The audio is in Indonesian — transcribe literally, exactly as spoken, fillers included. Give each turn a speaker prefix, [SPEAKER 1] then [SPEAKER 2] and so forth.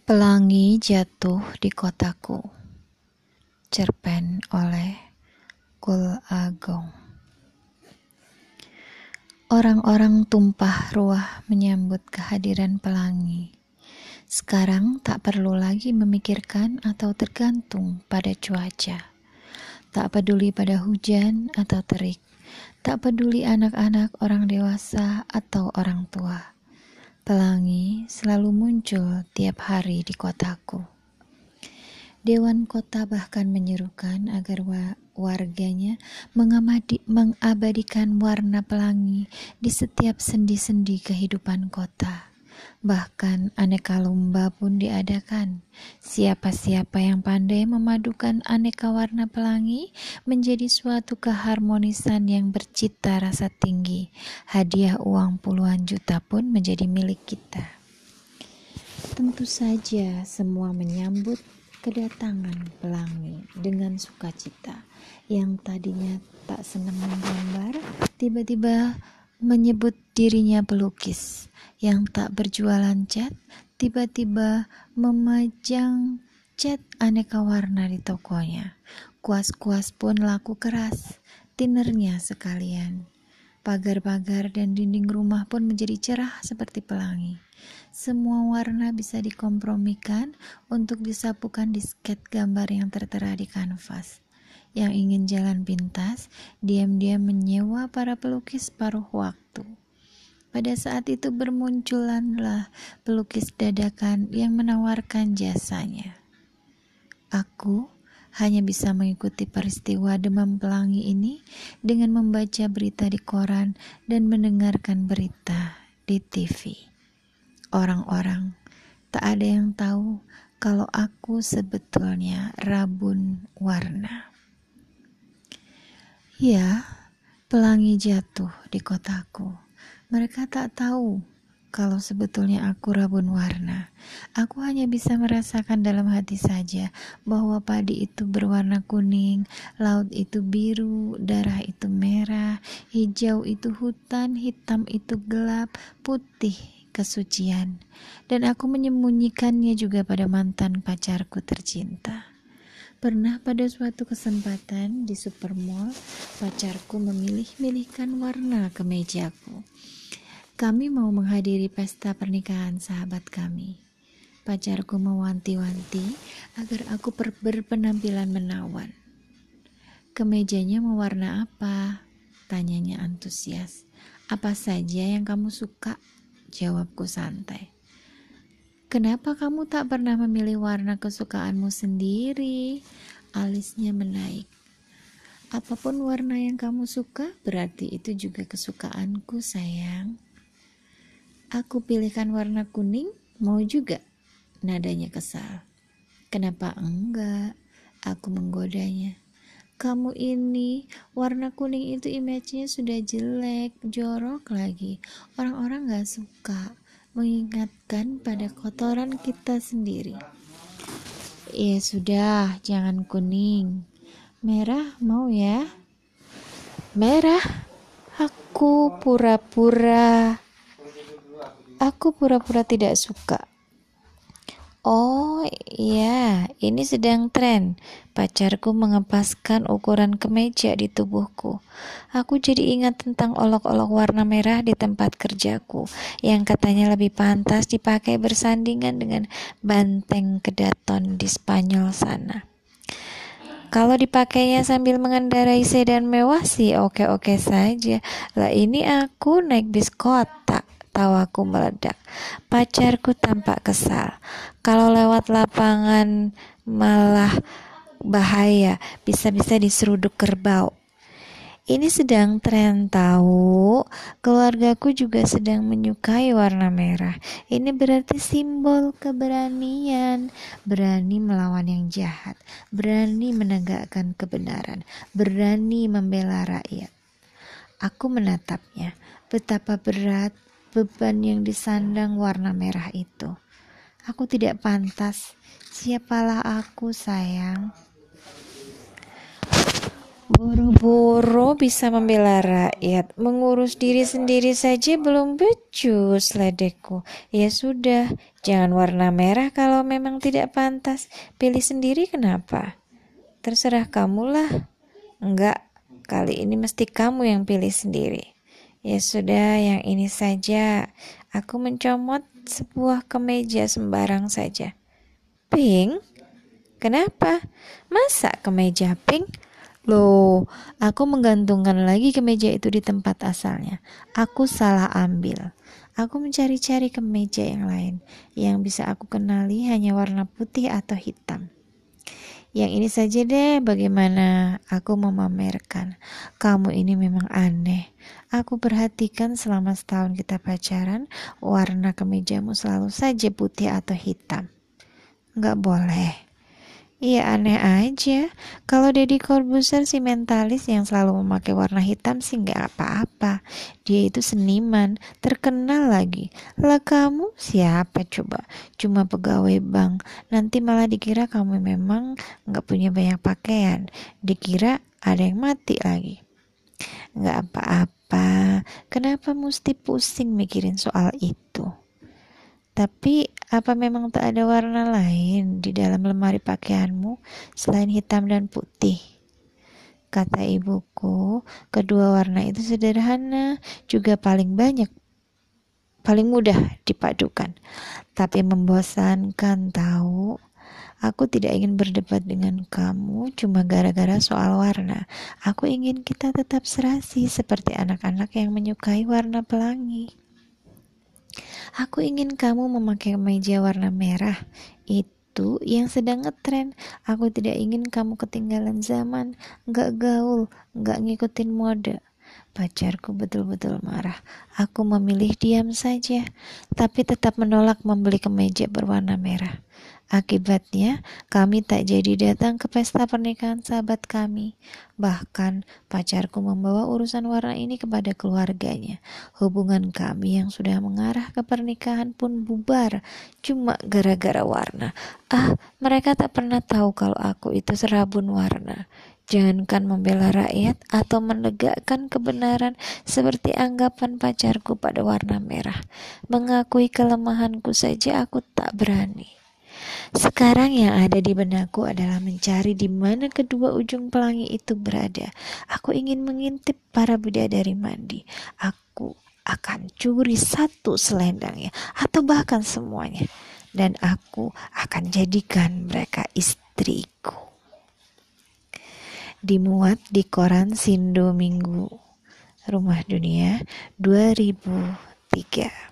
[SPEAKER 1] Pelangi jatuh di kotaku. Cerpen oleh Kul Agong. Orang-orang tumpah ruah menyambut kehadiran pelangi. Sekarang tak perlu lagi memikirkan atau tergantung pada cuaca. Tak peduli pada hujan atau terik. Tak peduli anak-anak, orang dewasa atau orang tua. Pelangi selalu muncul tiap hari di kotaku. Dewan kota bahkan menyerukan agar wa- warganya mengamadi, mengabadikan warna pelangi di setiap sendi-sendi kehidupan kota. Bahkan aneka lomba pun diadakan. Siapa-siapa yang pandai memadukan aneka warna pelangi menjadi suatu keharmonisan yang bercita rasa tinggi. Hadiah uang puluhan juta pun menjadi milik kita. Tentu saja semua menyambut kedatangan pelangi dengan sukacita. Yang tadinya tak senang menggambar, tiba-tiba menyebut dirinya pelukis. Yang tak berjualan cat, tiba-tiba memajang cat aneka warna di tokonya. Kuas-kuas pun laku keras, tinernya sekalian. Pagar-pagar dan dinding rumah pun menjadi cerah seperti pelangi. Semua warna bisa dikompromikan untuk disapukan di sket gambar yang tertera di kanvas. Yang ingin jalan pintas, diam-diam menyewa para pelukis paruh waktu. Pada saat itu bermunculanlah pelukis dadakan yang menawarkan jasanya. Aku hanya bisa mengikuti peristiwa demam pelangi ini dengan membaca berita di koran dan mendengarkan berita di T V. Orang-orang tak ada yang tahu kalau aku sebetulnya rabun warna. Ya, pelangi jatuh di kotaku. Mereka tak tahu kalau sebetulnya aku rabun warna. Aku hanya bisa merasakan dalam hati saja bahwa padi itu berwarna kuning, laut itu biru, darah itu merah, hijau itu hutan, hitam itu gelap, putih kesucian. Dan aku menyembunyikannya juga pada mantan pacarku tercinta. Pernah pada suatu kesempatan di supermall, pacarku memilih-milihkan warna kemejaku. Kami mau menghadiri pesta pernikahan sahabat kami. Pacarku mewanti-wanti agar aku per- berpenampilan menawan. Kemejanya mau warna apa? Tanyanya antusias. Apa saja yang kamu suka? Jawabku santai. Kenapa kamu tak pernah memilih warna kesukaanmu sendiri? Alisnya menaik. Apapun warna yang kamu suka, berarti itu juga kesukaanku, sayang. Aku pilihkan warna kuning, mau juga? Nadanya kesal. Kenapa enggak? Aku menggodanya. Kamu ini, warna kuning itu image-nya sudah jelek, jorok lagi. Orang-orang gak suka, mengingatkan pada kotoran kita sendiri. Ya sudah, jangan kuning. Merah mau ya? Merah? Aku pura-pura Aku pura-pura tidak suka. Oh iya, ini sedang tren. Pacarku mengepaskan ukuran kemeja di tubuhku. Aku jadi ingat tentang olok-olok warna merah di tempat kerjaku, yang katanya lebih pantas dipakai bersandingan dengan banteng kedaton di Spanyol sana. Kalau dipakainya sambil mengendarai sedan mewah sih oke-oke saja. Lah ini aku naik bis kota. Tawaku meledak. Pacarku tampak kesal. Kalau lewat lapangan malah bahaya, bisa-bisa diseruduk kerbau. Ini sedang tren tahu. Keluargaku juga sedang menyukai warna merah. Ini berarti simbol keberanian. Berani melawan yang jahat. Berani menegakkan kebenaran. Berani membela rakyat. Aku menatapnya. Betapa berat beban yang disandang warna merah itu. Aku tidak pantas. Siapalah aku, sayang? Buru-buru bisa membela rakyat, mengurus diri sendiri saja belum becus, ledekku. Ya sudah, jangan warna merah kalau memang tidak pantas. Pilih sendiri kenapa? Terserah kamulah. Enggak, kali ini mesti kamu yang pilih sendiri. Ya sudah, yang ini saja. Aku mencomot sebuah kemeja sembarang saja. Pink? Kenapa? Masa kemeja pink? Loh, aku menggantungkan lagi kemeja itu di tempat asalnya. Aku salah ambil. Aku mencari-cari kemeja yang lain. Yang bisa aku kenali hanya warna putih atau hitam. Yang ini saja deh, bagaimana aku memamerkan. Kamu ini memang aneh. Aku perhatikan selama setahun kita pacaran, warna kemejamu selalu saja putih atau hitam. Nggak boleh. Iya, aneh aja. Kalau Deddy Corbuzier si mentalis yang selalu memakai warna hitam sih nggak apa-apa. Dia itu seniman, terkenal lagi. Lah kamu siapa coba? Cuma pegawai bank. Nanti malah dikira kamu memang nggak punya banyak pakaian. Dikira ada yang mati lagi. Nggak apa-apa. Kenapa mesti pusing mikirin soal itu? Tapi apa memang tak ada warna lain di dalam lemari pakaianmu selain hitam dan putih? Kata ibuku, kedua warna itu sederhana, juga paling banyak, paling mudah dipadukan. Tapi membosankan tahu. Aku tidak ingin berdebat dengan kamu cuma gara-gara soal warna. Aku ingin kita tetap serasi seperti anak-anak yang menyukai warna pelangi. Aku ingin kamu memakai kemeja warna merah. Itu yang sedang ngetren. Aku tidak ingin kamu ketinggalan zaman, gak gaul, gak ngikutin mode. Pacarku betul-betul marah. Aku memilih diam saja, tapi tetap menolak membeli kemeja berwarna merah. Akibatnya, kami tak jadi datang ke pesta pernikahan sahabat kami. Bahkan, pacarku membawa urusan warna ini kepada keluarganya. Hubungan kami yang sudah mengarah ke pernikahan pun bubar, cuma gara-gara warna. Ah, mereka tak pernah tahu kalau aku itu serabun warna. Jangankan membela rakyat atau menegakkan kebenaran seperti anggapan pacarku pada warna merah. Mengakui kelemahanku saja aku tak berani. Sekarang yang ada di benakku adalah mencari di mana kedua ujung pelangi itu berada. Aku ingin mengintip para bidadari mandi. Aku akan curi satu selendangnya atau bahkan semuanya. Dan aku akan jadikan mereka istriku. Dimuat di koran Sindo Minggu, Rumah Dunia dua ribu tiga.